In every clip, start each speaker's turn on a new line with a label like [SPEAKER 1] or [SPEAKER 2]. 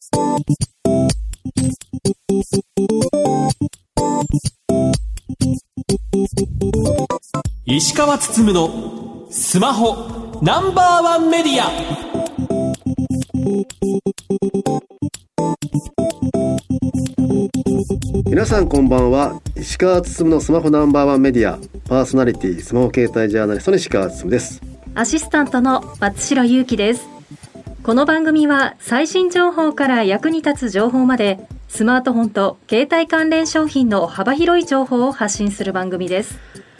[SPEAKER 1] 石川つつむのスマホナンバーワンメディア。
[SPEAKER 2] 皆さんこんばんは。石川つつむのスマホナンバーワンメディアパーソナリティスマホ携帯ジャーナリストの石川つつむです。
[SPEAKER 3] アシスタントの松代ゆうきです。この番組は最新情報から役に立つ情報までスマートフォンと携帯関連商品の幅広い情報を発信する番組です。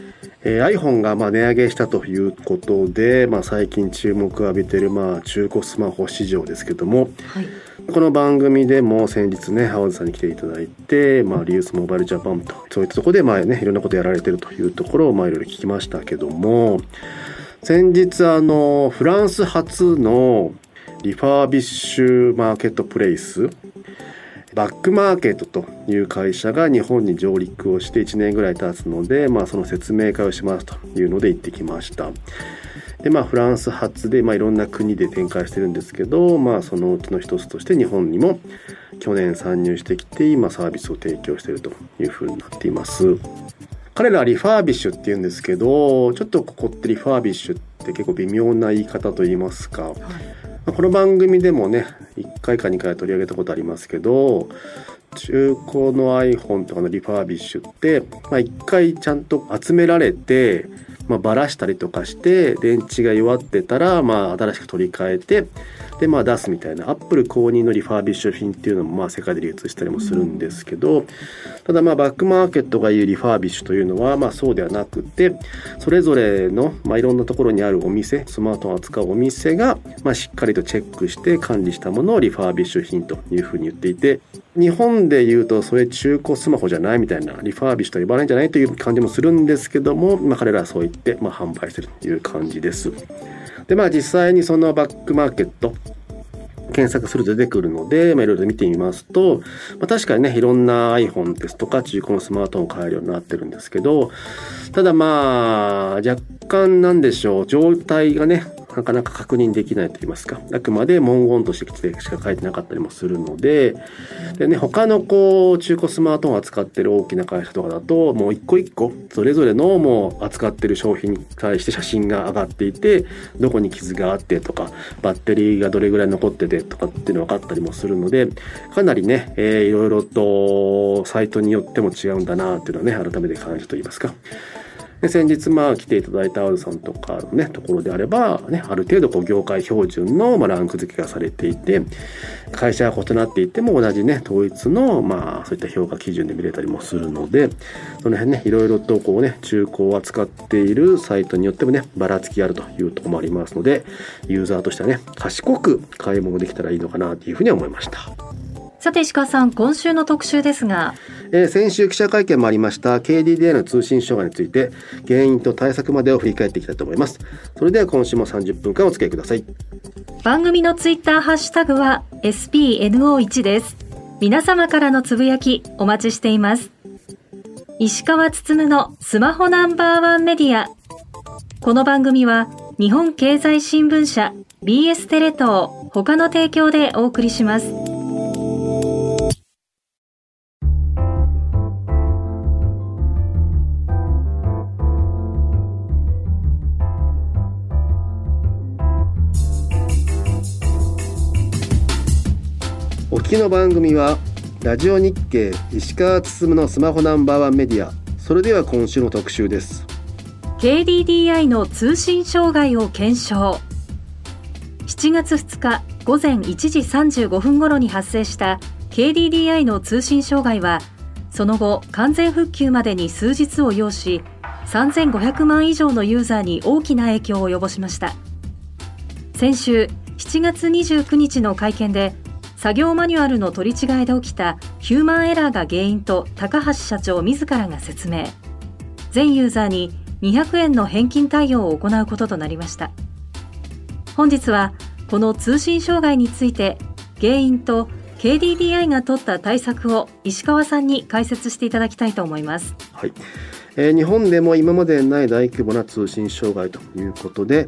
[SPEAKER 2] iPhone が値上げしたということで、最近注目を浴びている中古スマホ市場ですけども、はい、この番組でも先日ね淡路さんに来ていただいて、リユースモバイルジャパンとそういったところでいろんなことやられているというところをいろいろ聞きましたけども、先日フランス初のリファービッシュマーケットプレイスバックマーケットという会社が日本に上陸をして1年ぐらい経つので、その説明会をしますというので行ってきました。でフランス初でいろんな国で展開してるんですけど、そのうちの一つとして日本にも去年参入してきて今サービスを提供しているというふうになっています。彼らはリファービッシュっていうんですけど、ちょっとここってリファービッシュって結構微妙な言い方といいますか、はい、この番組でもね1回か2回取り上げたことありますけど、中古の iPhone とかのリファービッシュって1回ちゃんと集められてばらしたりとかして電池が弱ってたら新しく取り替えてで出すみたいなアップル公認のリファービッシュ品っていうのも世界で流通したりもするんですけど、ただバックマーケットが言うリファービッシュというのはそうではなくて、それぞれのいろんなところにあるお店、スマートフォンを扱うお店がしっかりとチェックして管理したものをリファービッシュ品というふうに言っていて、日本で言うとそれ中古スマホじゃないみたいな、リファービッシュと呼ばないんじゃないという感じもするんですけども、彼らはそう言って販売しているという感じです。で実際にそのバックマーケット検索すると出てくるので、いろいろ見てみますと、確かにねいろんな iPhone ですとか中古のスマートフォンを買えるようになってるんですけど、ただ若干なんでしょう、状態がねなかなか確認できないと言いますか、あくまで文言としてしか書いてなかったりもするので、他の中古スマートフォンを扱ってる大きな会社とかだともう一個一個それぞれのもう扱ってる商品に対して写真が上がっていて、どこに傷があってとかバッテリーがどれぐらい残っててとかっていうのが分かったりもするので、かなりね、いろいろとサイトによっても違うんだなっていうのはね改めて感じと言いますか。で先日来ていただいたアウルさんとかのところであればある程度業界標準のランク付けがされていて、会社が異なっていても同じ統一のそういった評価基準で見れたりもするので、その辺いろいろと中古を扱っているサイトによってもばらつきあるというところもありますので、ユーザーとしては賢く買い物できたらいいのかなというふうに思いました。
[SPEAKER 3] さて石川さん、今週の特集ですが、
[SPEAKER 2] 先週記者会見もありました KDDI の通信障害について原因と対策までを振り返っていきたいと思います。それでは今週も30分間お付き合いください。
[SPEAKER 3] 番組のツイッターハッシュタグは SPNO1 です。皆様からのつぶやきお待ちしています。石川つつむのスマホナンバーワンメディア。この番組は日本経済新聞社 BS テレ東他の提供でお送りします。
[SPEAKER 2] お聞きの番組はラジオ日経石川つつむのスマホナンバーワンメディア。それでは今週の特集です。
[SPEAKER 3] KDDI の通信障害を検証。7月2日午前1時35分頃に発生した KDDI の通信障害は、その後完全復旧までに数日を要し、3500万以上のユーザーに大きな影響を及ぼしました。先週7月29日の会見で、作業マニュアルの取り違いで起きたヒューマンエラーが原因と高橋社長自らが説明。全ユーザーに200円の返金対応を行うこととなりました。本日はこの通信障害について原因と KDDI が取った対策を石川さんに解説していただきたいと思います。
[SPEAKER 2] はい、日本でも今までない大規模な通信障害ということで、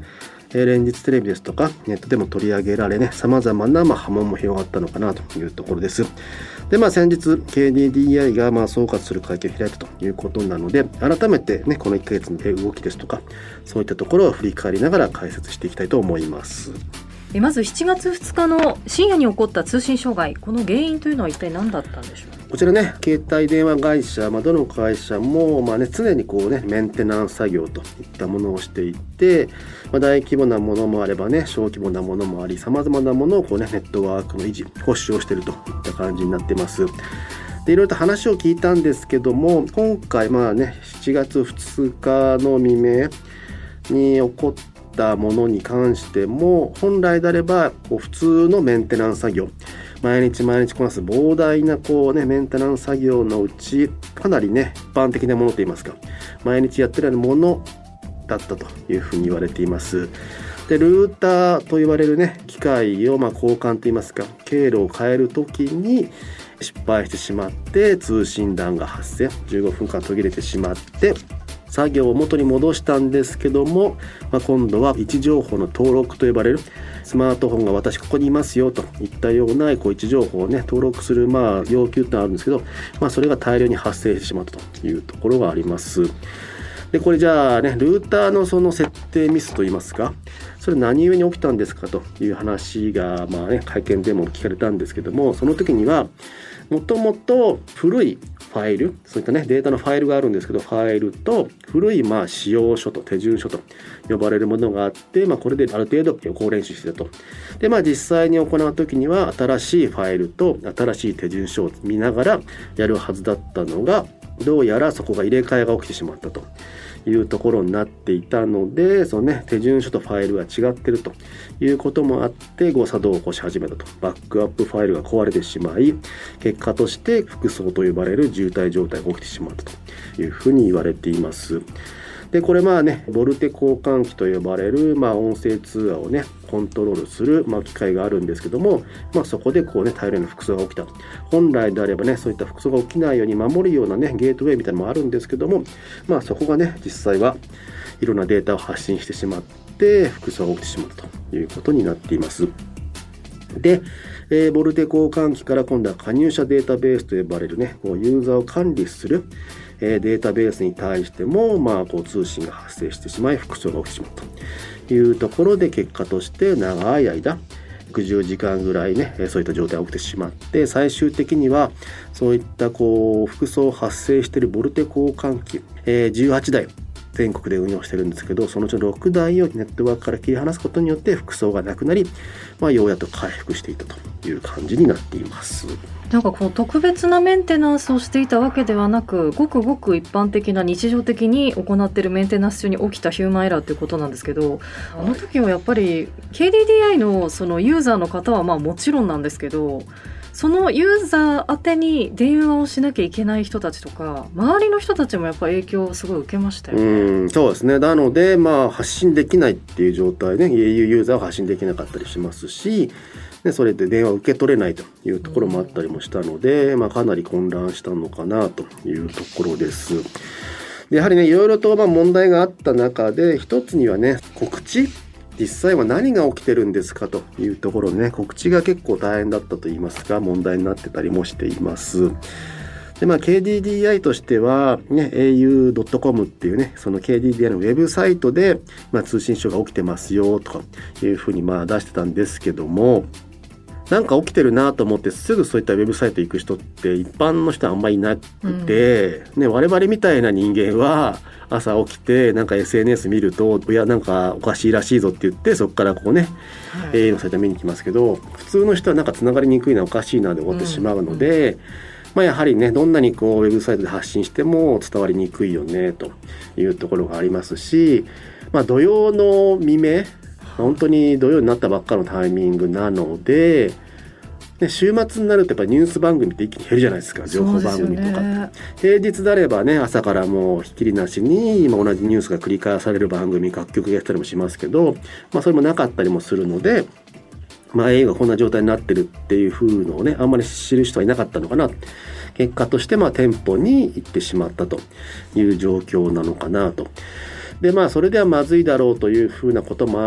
[SPEAKER 2] 連日テレビですとかネットでも取り上げられね、様々な波紋も広がったのかなというところです。で先日 KDDI が総括する会見を開いたということなので、改めてねこの1ヶ月の動きですとかそういったところを振り返りながら解説していきたいと思います。
[SPEAKER 3] まず7月2日の深夜に起こった通信障害、この原因というのは一体何だったんでしょう。
[SPEAKER 2] こちらね、携帯電話会社、どの会社も、常にメンテナンス作業といったものをしていて、大規模なものもあればね、小規模なものもあり、様々なものをネットワークの維持、保守をしているといった感じになっています。で、いろいろと話を聞いたんですけども、今回7月2日の未明に起こったものに関しても、本来であれば普通のメンテナンス作業、毎日こなす膨大なメンテナンス作業のうち、かなりね一般的なものといいますか、毎日やってるようなものだったというふうに言われています。で、ルーターと言われるね機械を交換といいますか、経路を変えるときに失敗してしまって通信断が発生、15分間途切れてしまって作業を元に戻したんですけども、今度は位置情報の登録と呼ばれる、スマートフォンが私ここにいますよといったような位置情報をね登録する要求ってのがあるんですけど、それが大量に発生してしまったというところがあります。で、これじゃあね、ルーターのその設定ミスといいますか、それ何故に起きたんですかという話が会見でも聞かれたんですけども、その時にはもともと古いファイル、そういったねデータのファイルがあるんですけど、ファイルと古い使用書と手順書と呼ばれるものがあって、これである程度予行練習してたと。で、実際に行う時には新しいファイルと新しい手順書を見ながらやるはずだったのが、どうやらそこが入れ替えが起きてしまったというところになっていたので、そのね手順書とファイルが違っているということもあって誤作動を起こし始めたと。バックアップファイルが壊れてしまい、結果として複層と呼ばれる渋滞状態が起きてしまったというふうに言われています。で、これボルテ交換機と呼ばれる音声通話をねコントロールする機械があるんですけども、そこで大量の複層が起きた。本来であればねそういった複層が起きないように守るようなねゲートウェイみたいなのもあるんですけども、そこがね実際はいろんなデータを発信してしまって複層が起きてしまったということになっています。で、ボルテ交換機から今度は加入者データベースと呼ばれるねユーザーを管理するデータベースに対しても通信が発生してしまい複数が起きてしまったというところで、結果として長い間60時間ぐらいねそういった状態が起きてしまって、最終的にはそういった複数発生しているボルテ交換機、18台全国で運用してるんですけど、そのうちの6台をネットワークから切り離すことによって複層がなくなり、ようやっと回復していたという感じになっています。
[SPEAKER 3] 特別なメンテナンスをしていたわけではなく、ごくごく一般的な日常的に行っているメンテナンス中に起きたヒューマンエラーということなんですけど、あの時はやっぱり KDDI のそのユーザーの方はもちろんなんですけど、そのユーザー宛てに電話をしなきゃいけない人たちとか、周りの人たちもやっぱり影響をすごい受けましたよね。
[SPEAKER 2] そうですね。なので発信できないっていう状態で au ユーザーは発信できなかったりしますし、それで電話を受け取れないというところもあったりもしたので、かなり混乱したのかなというところです。で、やはりねいろいろと問題があった中で、一つにはね告知、実際は何が起きてるんですかというところね、告知が結構大変だったといいますか、問題になってたりもしています。で、KDDI としては、au.com っていうね、その KDDI のウェブサイトで、通信障害が起きてますよとかいうふうに出してたんですけども、なんか起きてるなと思ってすぐそういったウェブサイト行く人って一般の人はあんまりいなくて、我々みたいな人間は朝起きてSNS 見ると、いやおかしいらしいぞって言って、そこからのサイト見に来ますけど、普通の人はつながりにくいな、おかしいなで終わってしまうので、やはりねどんなにウェブサイトで発信しても伝わりにくいよねというところがありますし、土曜の未明、本当に土曜になったばっかのタイミングなので、週末になるとやっぱりニュース番組って一気に減るじゃないですか、情報番組とか。平日であればね朝からもうひっきりなしに同じニュースが繰り返される番組、各局やったりもしますけど、それもなかったりもするので、au がこんな状態になってるっていう風のをねあんまり知る人はいなかったのかな。結果として店舗に行ってしまったという状況なのかなと。でそれではまずいだろうというふうなこともあっ 、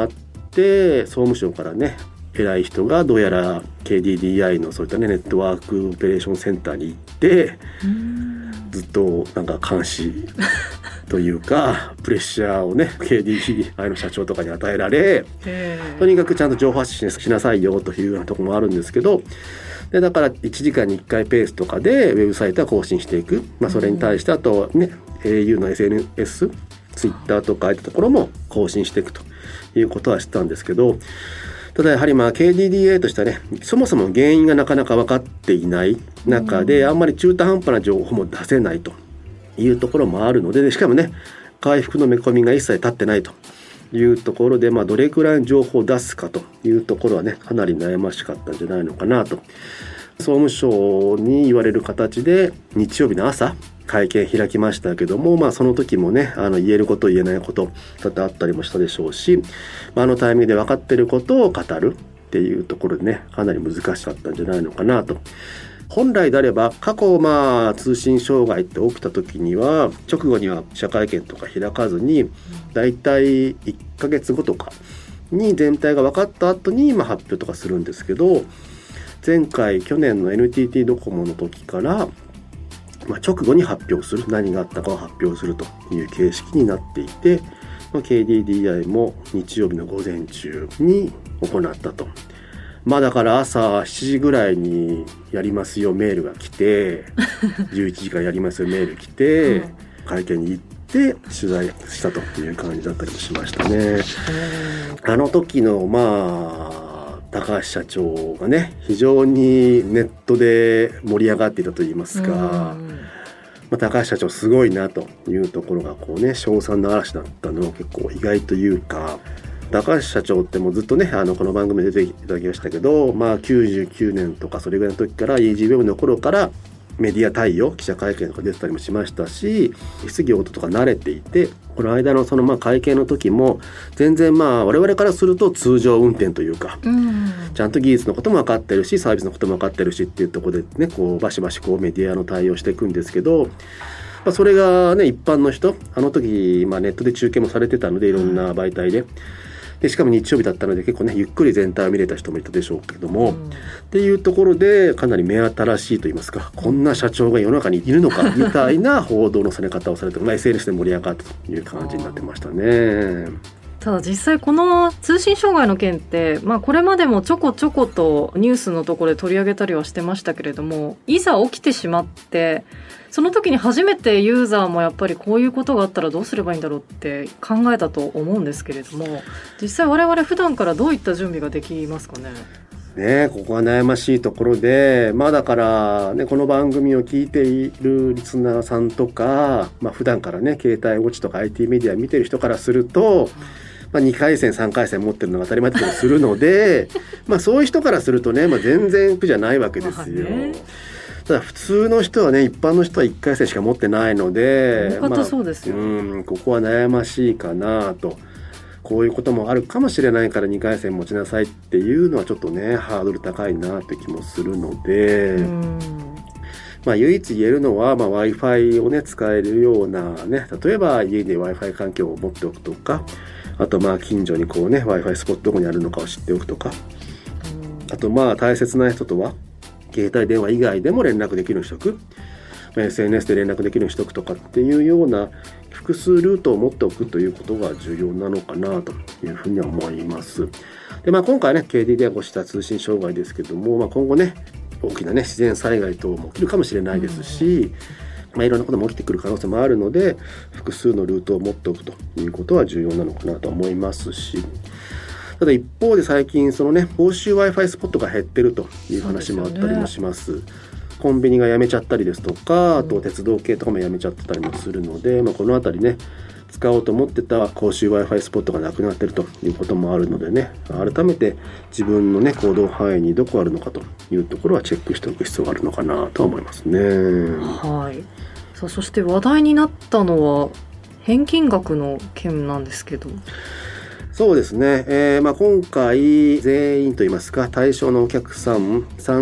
[SPEAKER 2] 総務省からね偉い人がどうやら KDDI のそういった、ね、ネットワークオペレーションセンターに行ってずっとなんか監視というかプレッシャーをね KDDI の社長とかに与えられ、とにかくちゃんと情報発信しなさいよというようなところもあるんですけど、でだから1時間に1回ペースとかでウェブサイトは更新していく、それに対してあとね au の SNS ツイッターとかああいったところも更新していくということはしたんですけど、ただやはりKDDI としてはねそもそも原因がなかなか分かっていない中で、あんまり中途半端な情報も出せないというところもあるので、しかもね回復の見込みが一切立ってないというところで、どれくらいの情報を出すかというところはねかなり悩ましかったんじゃないのかなと。総務省に言われる形で日曜日の朝会見開きましたけども、その時もね言えること言えないことだってあったりもしたでしょうし、タイミングで分かっていることを語るっていうところでねかなり難しかったんじゃないのかなと。本来であれば過去通信障害って起きた時には直後には記者会見とか開かずにだいたい1ヶ月後とかに全体が分かった後に発表とかするんですけど、前回去年の NTT ドコモの時から直後に発表する、何があったかを発表するという形式になっていて、KDDI も日曜日の午前中に行ったと。だから朝7時ぐらいにやりますよメールが来て11時からやりますよメール来て、会見に行って取材したという感じだったりもしましたね。あの時の高橋社長がね非常にネットで盛り上がっていたといいますか、高橋社長すごいなというところが称賛の嵐だったのは結構意外というか、高橋社長ってもうずっとねこの番組で出ていただきましたけど、99年とかそれぐらいの時から EasyWeb の頃からメディア対応記者会見とか出てたりもしましたし、質疑応答とか慣れていて、この間のその会見の時も全然我々からすると通常運転というか、ちゃんと技術のことも分かってるしサービスのことも分かってるしっていうところでねバシバシメディアの対応していくんですけど、それがね一般の人あの時ネットで中継もされてたのでいろんな媒体でしかも日曜日だったので結構ねゆっくり全体を見れた人もいたでしょうけども、っていうところでかなり目新しいと言いますか、こんな社長が世の中にいるのかみたいな報道のされ方をされて、SNS で盛り上がったという感じになってましたね。
[SPEAKER 3] ただ実際この通信障害の件って、これまでもちょこちょことニュースのところで取り上げたりはしてましたけれども、いざ起きてしまってその時に初めてユーザーもやっぱりこういうことがあったらどうすればいいんだろうって考えたと思うんですけれども、実際我々普段からどういった準備ができますかね。
[SPEAKER 2] ここは悩ましいところで、だからねこの番組を聞いているリスナーさんとか、普段からね携帯ウォッチとか IT メディア見てる人からすると、2回戦3回戦持ってるのが当たり前だったりするのでそういう人からするとね、全然苦じゃないわけですよ。ただ普通の人はね一般の人は1回戦しか持ってないので、
[SPEAKER 3] そうですよ、
[SPEAKER 2] ここは悩ましいかなと。こういうこともあるかもしれないから2回戦持ちなさいっていうのはちょっとねハードル高いなって気もするので、唯一言えるのは、Wi-Fi をね使えるようなね、例えば家で Wi-Fi 環境を持っておくとか、あと近所にWi-Fi スポットどこにあるのかを知っておくとか、あと大切な人とは携帯電話以外でも連絡できるようにしとく、SNS で連絡できるようにしとくとかっていうような複数ルートを持っておくということが重要なのかなというふうには思います。で今回ね KDDI が起こした通信障害ですけども、今後ね大きなね自然災害等も起きるかもしれないですし、いろんなことも起きてくる可能性もあるので複数のルートを持っておくということは重要なのかなと思いますし、ただ一方で最近そのね公衆 Wi-Fi スポットが減ってるという話もあったりもします。コンビニが辞めちゃったりですとか、あと鉄道系とかも辞めちゃってたりもするので、このあたりね使おうと思ってた公衆 Wi-Fi スポットがなくなっているということもあるのでね、改めて自分のね行動範囲にどこあるのかというところはチェックしておく必要があるのかなとは思いますね。
[SPEAKER 3] そして話題になったのは返金額の件なんですけど。
[SPEAKER 2] そうですね、今回全員といいますか対象のお客さん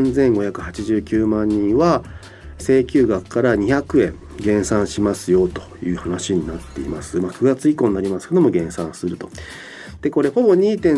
[SPEAKER 2] 3589万人は請求額から200円減算しますよという話になっています。9月以降になりますけども減算すると。 でこれほぼ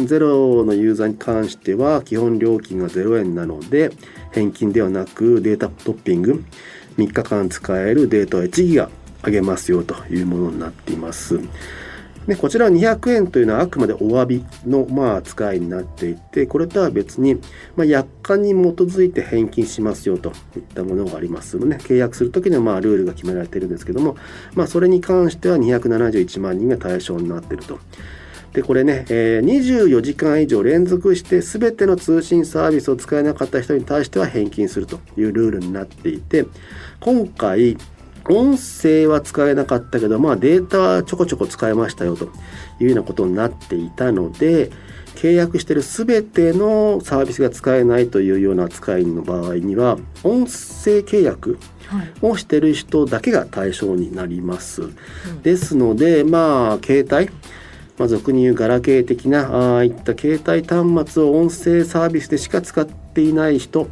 [SPEAKER 2] 2.0 のユーザーに関しては基本料金が0円なので、返金ではなくデータトッピング、3日間使えるデータを1ギガ上げますよというものになっています。でこちらは200円というのはあくまでお詫びの扱いになっていて、これとは別に約款に基づいて返金しますよといったものがありますので、契約するときにはルールが決められているんですけども、それに関しては271万人が対象になっていると。でこれね、24時間以上連続して全ての通信サービスを使えなかった人に対しては返金するというルールになっていて、今回音声は使えなかったけど、データはちょこちょこ使えましたよというようなことになっていたので、契約しているすべてのサービスが使えないというような扱いの場合には、音声契約をしている人だけが対象になります。ですので、携帯、俗に言うガラケー的なああいった携帯端末を音声サービスでしか使っていない人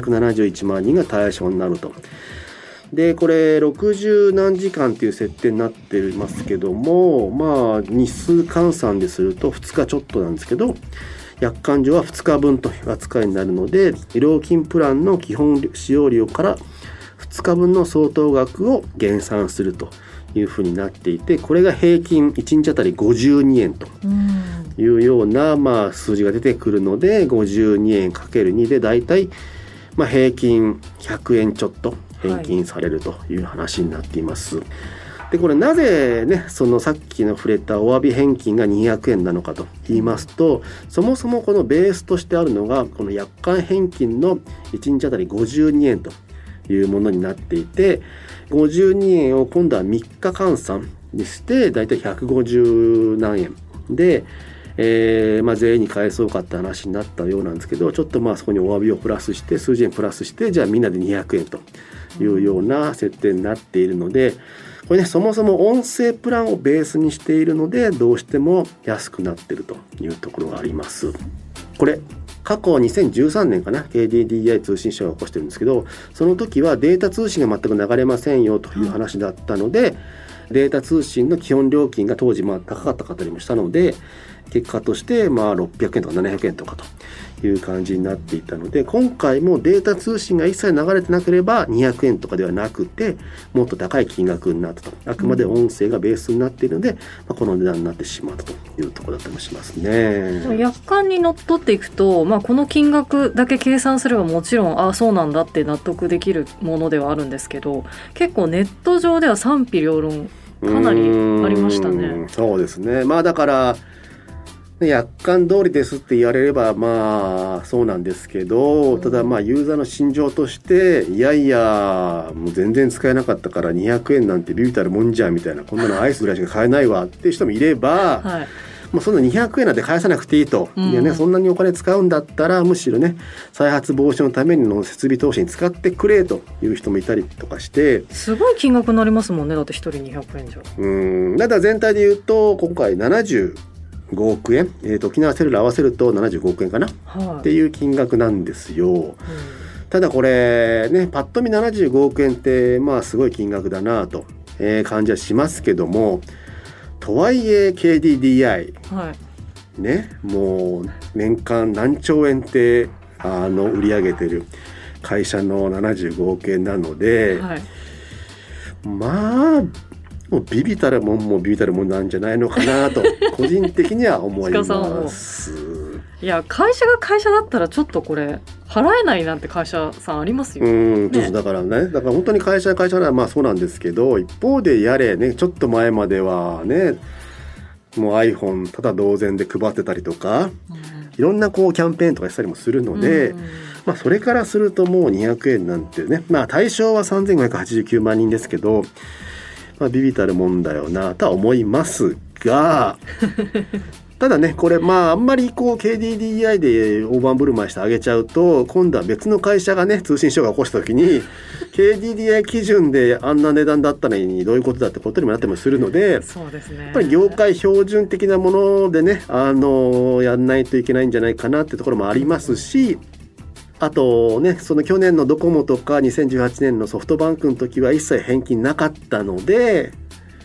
[SPEAKER 2] 271万人が対象になると。でこれ60何時間という設定になっていますけども、日数換算ですると2日ちょっとなんですけど、約款上は2日分という扱いになるので、料金プランの基本使用料から2日分の相当額を減算するというふうになっていて、これが平均1日あたり52円というような数字が出てくるので、52円 ×2 でだいたい平均100円ちょっと返金されるという話になっています。でこれなぜね、そのさっきの触れたお詫び返金が200円なのかと言いますと、そもそもこのベースとしてあるのがこの約款返金の1日あたり52円というものになっていて、52円を今度は3日換算にしてだいたい150何円で、全員に返そうかって話になったようなんですけど、ちょっとそこにお詫びをプラスして数字円プラスして、じゃあみんなで200円というような設定になっているので、これね、そもそも音声プランをベースにしているのでどうしても安くなっているというところがあります。これ過去2013年かな、 KDDI 通信障害を起こしてるんですけど、その時はデータ通信が全く流れませんよという話だったので、データ通信の基本料金が当時高かった方にもしたので、結果として600円とか700円とかという感じになっていたので、今回もデータ通信が一切流れてなければ200円とかではなくてもっと高い金額になったと。あくまで音声がベースになっているので、この値段になってしまったというところだったりもしますね。
[SPEAKER 3] 約款にのっとっていくと、この金額だけ計算すればもちろんそうなんだって納得できるものではあるんですけど、結構ネット上では賛否両論かなりありましたね。
[SPEAKER 2] そうですね。だから約款通りですって言われればそうなんですけど、ただユーザーの心情として、いやいやもう全然使えなかったから200円なんてビビたるもんじゃみたいな、こんなのアイスぐらいしか買えないわっていう人もいれば、そんな200円なんて返さなくていいと、いやね、そんなにお金使うんだったらむしろね、再発防止のための設備投資に使ってくれという人もいたりとかして、
[SPEAKER 3] すごい金額になりますもんね。だって1人200円じゃ。
[SPEAKER 2] だから全体で言うと今回75億円、沖縄セルラー合わせると75億円かな、っていう金額なんですよ。ただこれね、パッと見75億円ってすごい金額だなと、感じはしますけども、とはいえ KDDI、ね、もう年間何兆円って売り上げてる会社の75億円なので、もうビビたるもんもビビたるもんなんじゃないのかなと個人的には思います。
[SPEAKER 3] いや、会社が会社だったらちょっとこれ払えないなんて会社さんありますよね。
[SPEAKER 2] だから本当に会社ならそうなんですけど、一方でやれね、ちょっと前まではね、もう iPhone ただ同然で配ってたりとか、いろんなキャンペーンとかしたりもするので、それからするともう200円なんてね、対象は3589万人ですけど、ビビたるもんだよなとは思いますがただね、これあんまりKDDI で大盤振る舞いしてあげちゃうと、今度は別の会社がね、通信障害を起こした時にKDDI 基準であんな値段だったのにどういうことだってことにもなってもするので、
[SPEAKER 3] そうですね、
[SPEAKER 2] やっぱり業界標準的なものでね、やんないといけないんじゃないかなってところもありますし、あとね、その去年のドコモとか2018年のソフトバンクの時は一切返金なかったので、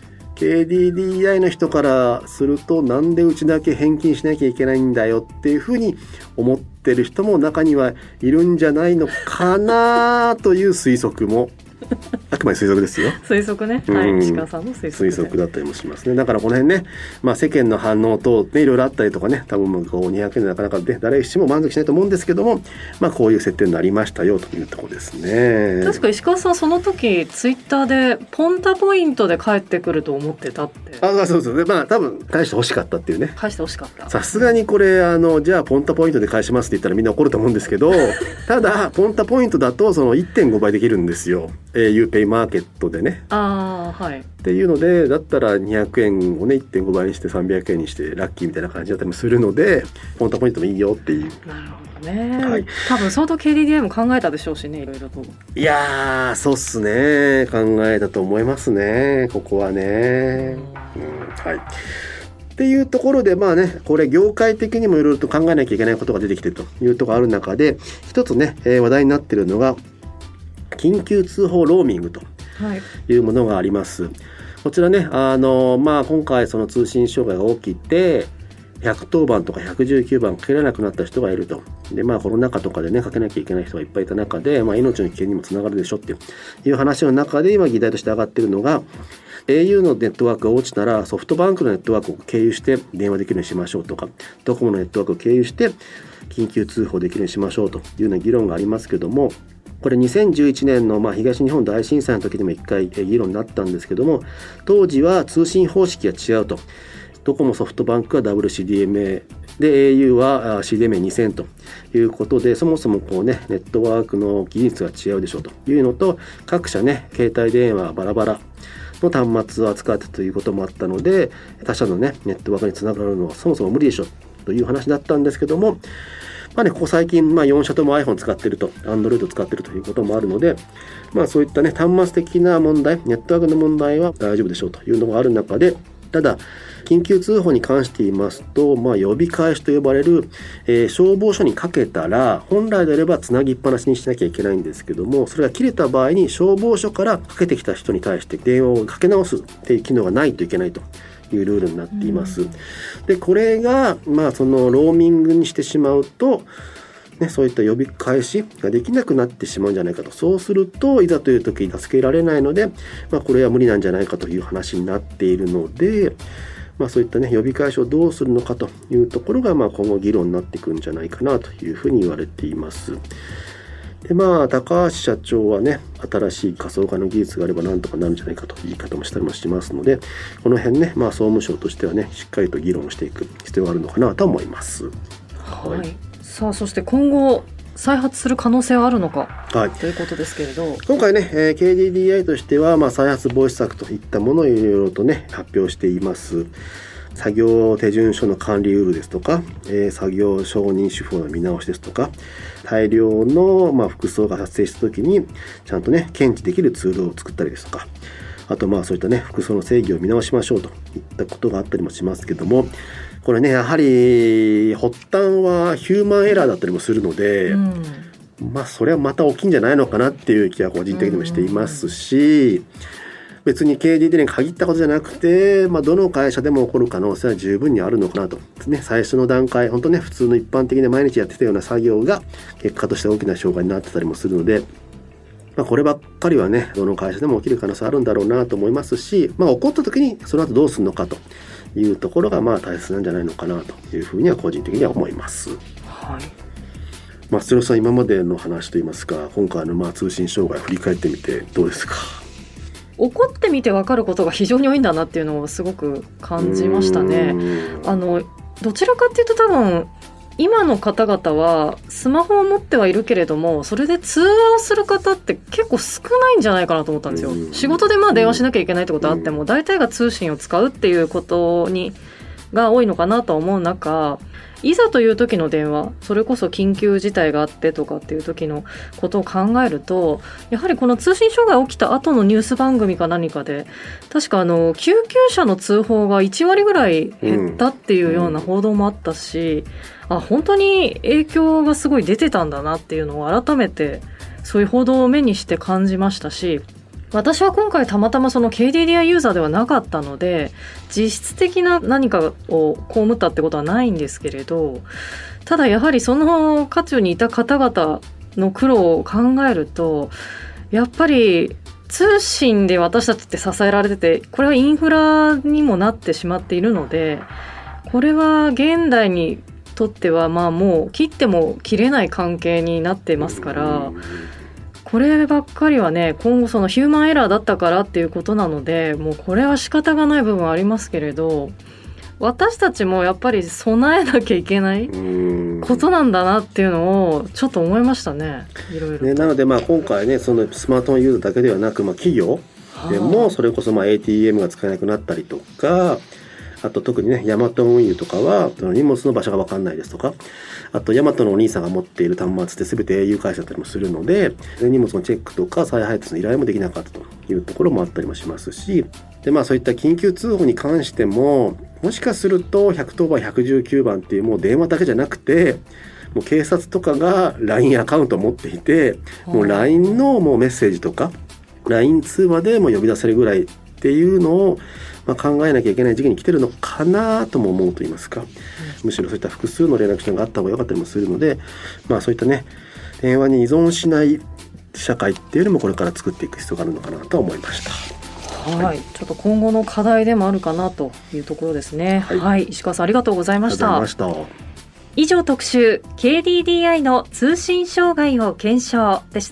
[SPEAKER 2] KDDI の人からするとなんでうちだけ返金しなきゃいけないんだよっていうふうに思ってる人も中にはいるんじゃないのかなという推測もあくまで推測ですよ。
[SPEAKER 3] 推測ね、はい、石川さんの推測
[SPEAKER 2] だったりもしますね。だからこの辺ね、世間の反応等ねいろいろあったりとかね、多分こう200円でなかなかね誰しも満足しないと思うんですけども、こういう設定になりましたよというところですね。
[SPEAKER 3] 確か石川さんその時ツイッターでポンタポイントで返ってくると思ってたって。
[SPEAKER 2] そうですね。多分返してほしかったっていうね。
[SPEAKER 3] 返してほしかった。
[SPEAKER 2] さすがにこれじゃあポンタポイントで返しますって言ったらみんな怒ると思うんですけどただポンタポイントだとその 1.5 倍できるんですよ。UPay マーケットでね。
[SPEAKER 3] はい。
[SPEAKER 2] っていうのでだったら200円をね 1.5 倍にして300円にしてラッキーみたいな感じだったりもするのでポンタポイントもいいよっていう。
[SPEAKER 3] なるほどね、はい、多分相当 KDDI も考えたでしょうしね、いろいろと。
[SPEAKER 2] いやーそうっすね、考えたと思いますね、ここはね。はいっていうところでこれ業界的にもいろいろと考えなきゃいけないことが出てきてるというところある中で一つね、話題になっているのが緊急通報ローミングというものがあります、こちらね今回その通信障害が起きて110番とか119番かけられなくなった人がいると。でコロナ禍とかでねかけなきゃいけない人がいっぱいいた中で、命の危険にもつながるでしょっていう話の中で今議題として上がっているのが au のネットワークが落ちたらソフトバンクのネットワークを経由して電話できるようにしましょうとか、ドコモのネットワークを経由して緊急通報できるようにしましょうというような議論がありますけども、これ2011年の東日本大震災の時でも一回議論になったんですけども、当時は通信方式が違うと。ドコモソフトバンクは WCDMA で au は CDMA2000 ということで、そもそもネットワークの技術が違うでしょうというのと、各社ね携帯電話バラバラの端末を扱ってということもあったので、他社のねネットワークにつながるのはそもそも無理でしょという話だったんですけども、ここ最近4社とも iPhone 使ってると Android 使ってるということもあるので、そういったね端末的な問題、ネットワークの問題は大丈夫でしょうというのがある中で、ただ緊急通報に関して言いますと、呼び返しと呼ばれる、消防署にかけたら本来であればつなぎっぱなしにしなきゃいけないんですけども、それが切れた場合に消防署からかけてきた人に対して電話をかけ直すっていう機能がないといけないというルールになっています。でこれがそのローミングにしてしまうとそういった呼び返しができなくなってしまうんじゃないかと。そうするといざという時に助けられないので、これは無理なんじゃないかという話になっているので、そういった呼び返しをどうするのかというところが今後議論になっていくんじゃないかなというふうに言われています。で高橋社長はね、新しい仮想化の技術があればなんとかなるんじゃないかという言い方もしたりもしますので、この辺ね、総務省としてはねしっかりと議論していく必要があるのかなと思います。
[SPEAKER 3] はい、さあそして今後再発する可能性はあるのか、ということですけれど、
[SPEAKER 2] 今回ね、KDDI としては再発防止策といったものをいろいろとね発表しています。作業手順書の管理ルールですとか、作業承認手法の見直しですとか、大量の服装が発生した時にちゃんとね検知できるツールを作ったりですとか、あとそういったね服装の制御を見直しましょうといったことがあったりもしますけども、これねやはり発端はヒューマンエラーだったりもするので、それはまた大きいんじゃないのかなっていう気は個人的にもしていますし、別に KDDI に限ったことじゃなくて、どの会社でも起こる可能性は十分にあるのかなと、最初の段階本当ね普通の一般的で毎日やってたような作業が結果として大きな障害になってたりもするので、こればっかりはねどの会社でも起きる可能性あるんだろうなと思いますし、起こった時にその後どうするのかというところが大切なんじゃないのかなというふうには個人的には思います。松代さん、今までの話といいますか今回の通信障害を振り返ってみてどうですか？
[SPEAKER 3] 怒ってみて分かることが非常に多いんだなっていうのをすごく感じましたね。どちらかっていうと多分今の方々はスマホを持ってはいるけれども、それで通話をする方って結構少ないんじゃないかなと思ったんですよ。仕事で電話しなきゃいけないってことあっても大体が通信を使うっていうことが多いのかなと思う中、いざという時の電話、それこそ緊急事態があってとかっていう時のことを考えると、やはりこの通信障害起きた後のニュース番組か何かで確か救急車の通報が1割ぐらい減ったっていうような報道もあったし、本当に影響がすごい出てたんだなっていうのを改めてそういう報道を目にして感じましたし、 私は今回たまたまその KDDI ユーザーではなかったので実質的な何かを被ったってことはないんですけれど、ただやはりその渦中にいた方々の苦労を考えると、やっぱり通信で私たちって支えられてて、これはインフラにもなってしまっているので、これは現代にとってはもう切っても切れない関係になってますから、こればっかりはね、今後そのヒューマンエラーだったからっていうことなので、もうこれは仕方がない部分はありますけれど、私たちもやっぱり備えなきゃいけないことなんだなっていうのをちょっと思いましたね。いろいろね。
[SPEAKER 2] なので今回ね、そのスマートフォンユーザーだけではなく、企業でもそれこそATM が使えなくなったりとか、あと特にね、ヤマト運輸とかは荷物の場所が分かんないですとか、あとヤマトのお兄さんが持っている端末って全て au 会社だったりもするので、荷物のチェックとか再配達の依頼もできなかったというところもあったりもしますし、でそういった緊急通報に関しても、もしかすると110番119番っていうもう電話だけじゃなくて、もう警察とかが LINE アカウントを持っていて、もう LINE のもうメッセージとか LINE 通話でも呼び出せるぐらいっていうのを考えなきゃいけない時期に来てるのかなとも思うと言いますか、むしろそういった複数の連絡手段があった方が良かったりもするので、そういったね、電話に依存しない社会っていうのもこれから作っていく必要があるのかなと思いました。
[SPEAKER 3] はい、ちょっと今後の課題でもあるかなというところですね。はい、石川さんありがとうございました。以上特集 KDDI の通信障害を検証でした。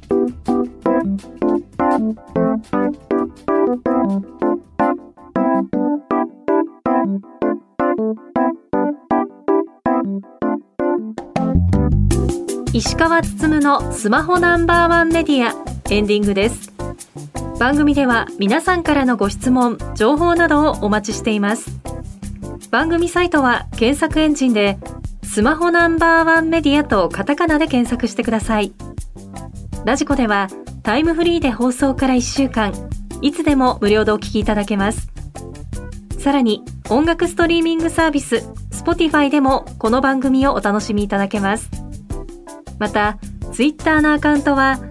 [SPEAKER 3] 石川つつむのスマホナンバーワンメディア、エンディングです。番組では皆さんからのご質問、情報などをお待ちしています。番組サイトは検索エンジンでスマホナンバーワンメディアとカタカナで検索してください。ラジコではタイムフリーで放送から1週間いつでも無料でお聞きいただけます。さらに音楽ストリーミングサービス Spotify でもこの番組をお楽しみいただけます。またツイッターのアカウントは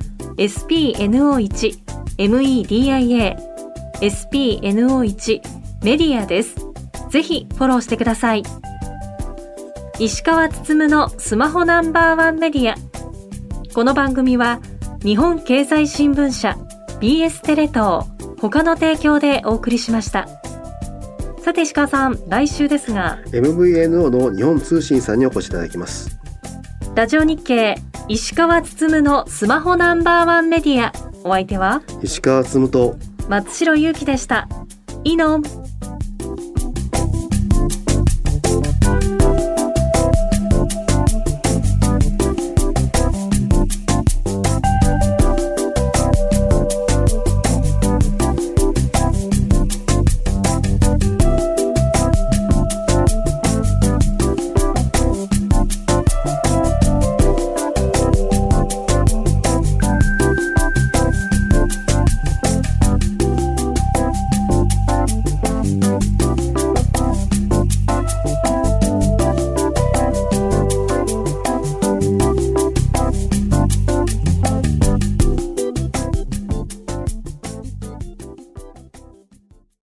[SPEAKER 3] SPNO1MEDIA SPNO1 メディアです。ぜひフォローしてください。石川つつむのスマホナンバーワンメディア。この番組は日本経済新聞社 BS テレ東他の提供でお送りしました。さて石川さん、来週ですが
[SPEAKER 2] MVNO の日本通信さんにお越しいただきます。
[SPEAKER 3] ラジオ日経石川つつむのスマホナンバーワンメディア。お相手は
[SPEAKER 2] 石川つつむと
[SPEAKER 3] 松代ゆうきでした。いいの